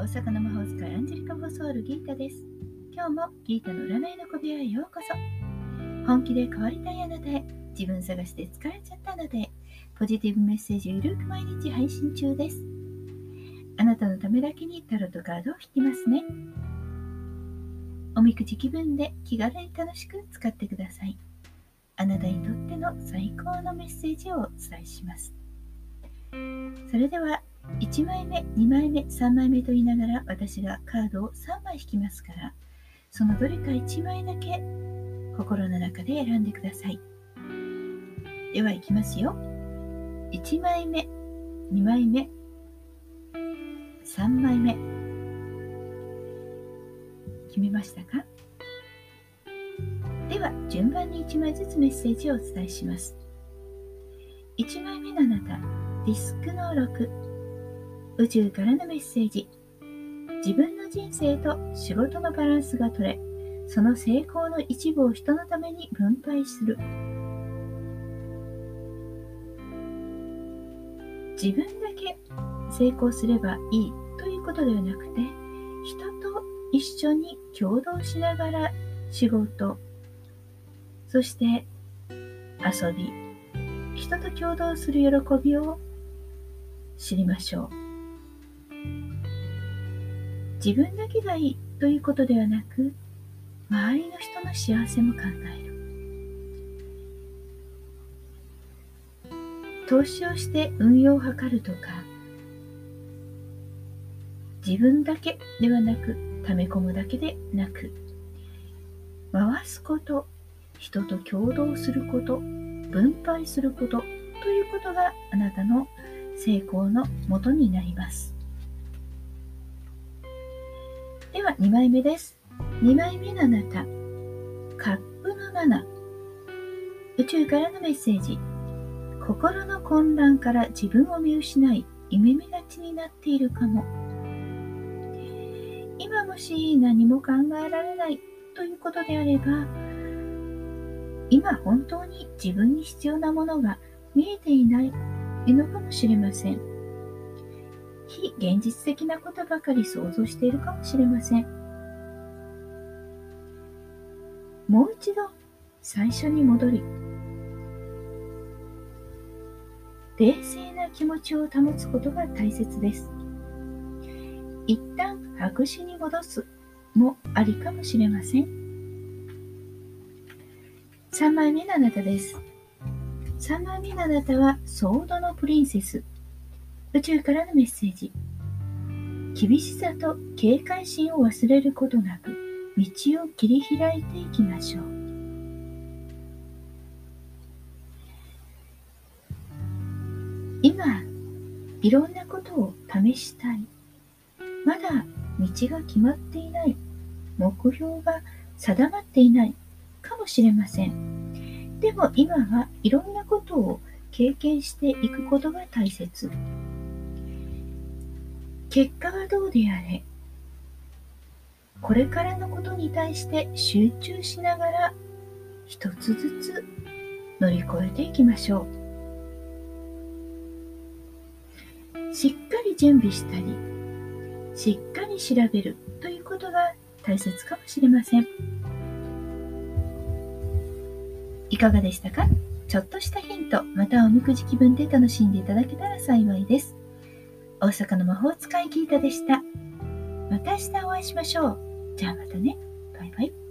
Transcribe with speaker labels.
Speaker 1: 阪の魔法使いアンジェリカ・フォソール・ギータです。今日もギータの占いの小部屋へようこそ。本気で変わりたいあなたへ、自分探しで疲れちゃったあなたへ、ポジティブメッセージをゆるく毎日配信中です。あなたのためだけにタロットカードを引きますね。おみくじ気分で気軽に楽しく使ってください。あなたにとっての最高のメッセージをお伝えします。それでは1枚目、2枚目、3枚目と言いながら私がカードを3枚引きますから、そのどれか1枚だけ心の中で選んでください。ではいきますよ。1枚目、2枚目、3枚目。決めましたか？では順番に1枚ずつメッセージをお伝えします。1枚目のあなた、ディスクの6。宇宙からのメッセージ。自分の人生と仕事のバランスが取れ、その成功の一部を人のために分配する。自分だけ成功すればいいということではなくて、人と一緒に共同しながら仕事、そして遊び、人と共同する喜びを知りましょう。自分だけがいいということではなく、周りの人の幸せも考える。投資をして運用を図るとか、自分だけではなく、溜め込むだけでなく、回すこと、人と共同すること、分配することということがあなたの成功のもとになります。では2枚目です。2枚目のあなた、カップの7。宇宙からのメッセージ。心の混乱から自分を見失い、夢見がちになっているかも。今もし何も考えられないということであれば、今本当に自分に必要なものが見えていないのかもしれません。非現実的なことばかり想像しているかもしれません。もう一度最初に戻り、冷静な気持ちを保つことが大切です。一旦白紙に戻すもありかもしれません。3枚目のあなたです。3枚目のあなたはソードのプリンセス。宇宙からのメッセージ。厳しさと警戒心を忘れることなく、道を切り開いていきましょう。今、いろんなことを試したい。まだ道が決まっていない。目標が定まっていないかもしれません。でも今はいろんなことを経験していくことが大切。結果はどうであれ、これからのことに対して集中しながら一つずつ乗り越えていきましょう。しっかり準備したり、しっかり調べるということが大切かもしれません。いかがでしたか？ちょっとしたヒント、またおみくじ気分で楽しんでいただけたら幸いです。大阪の魔法使いギータでした。また明日お会いしましょう。じゃあまたね。バイバイ。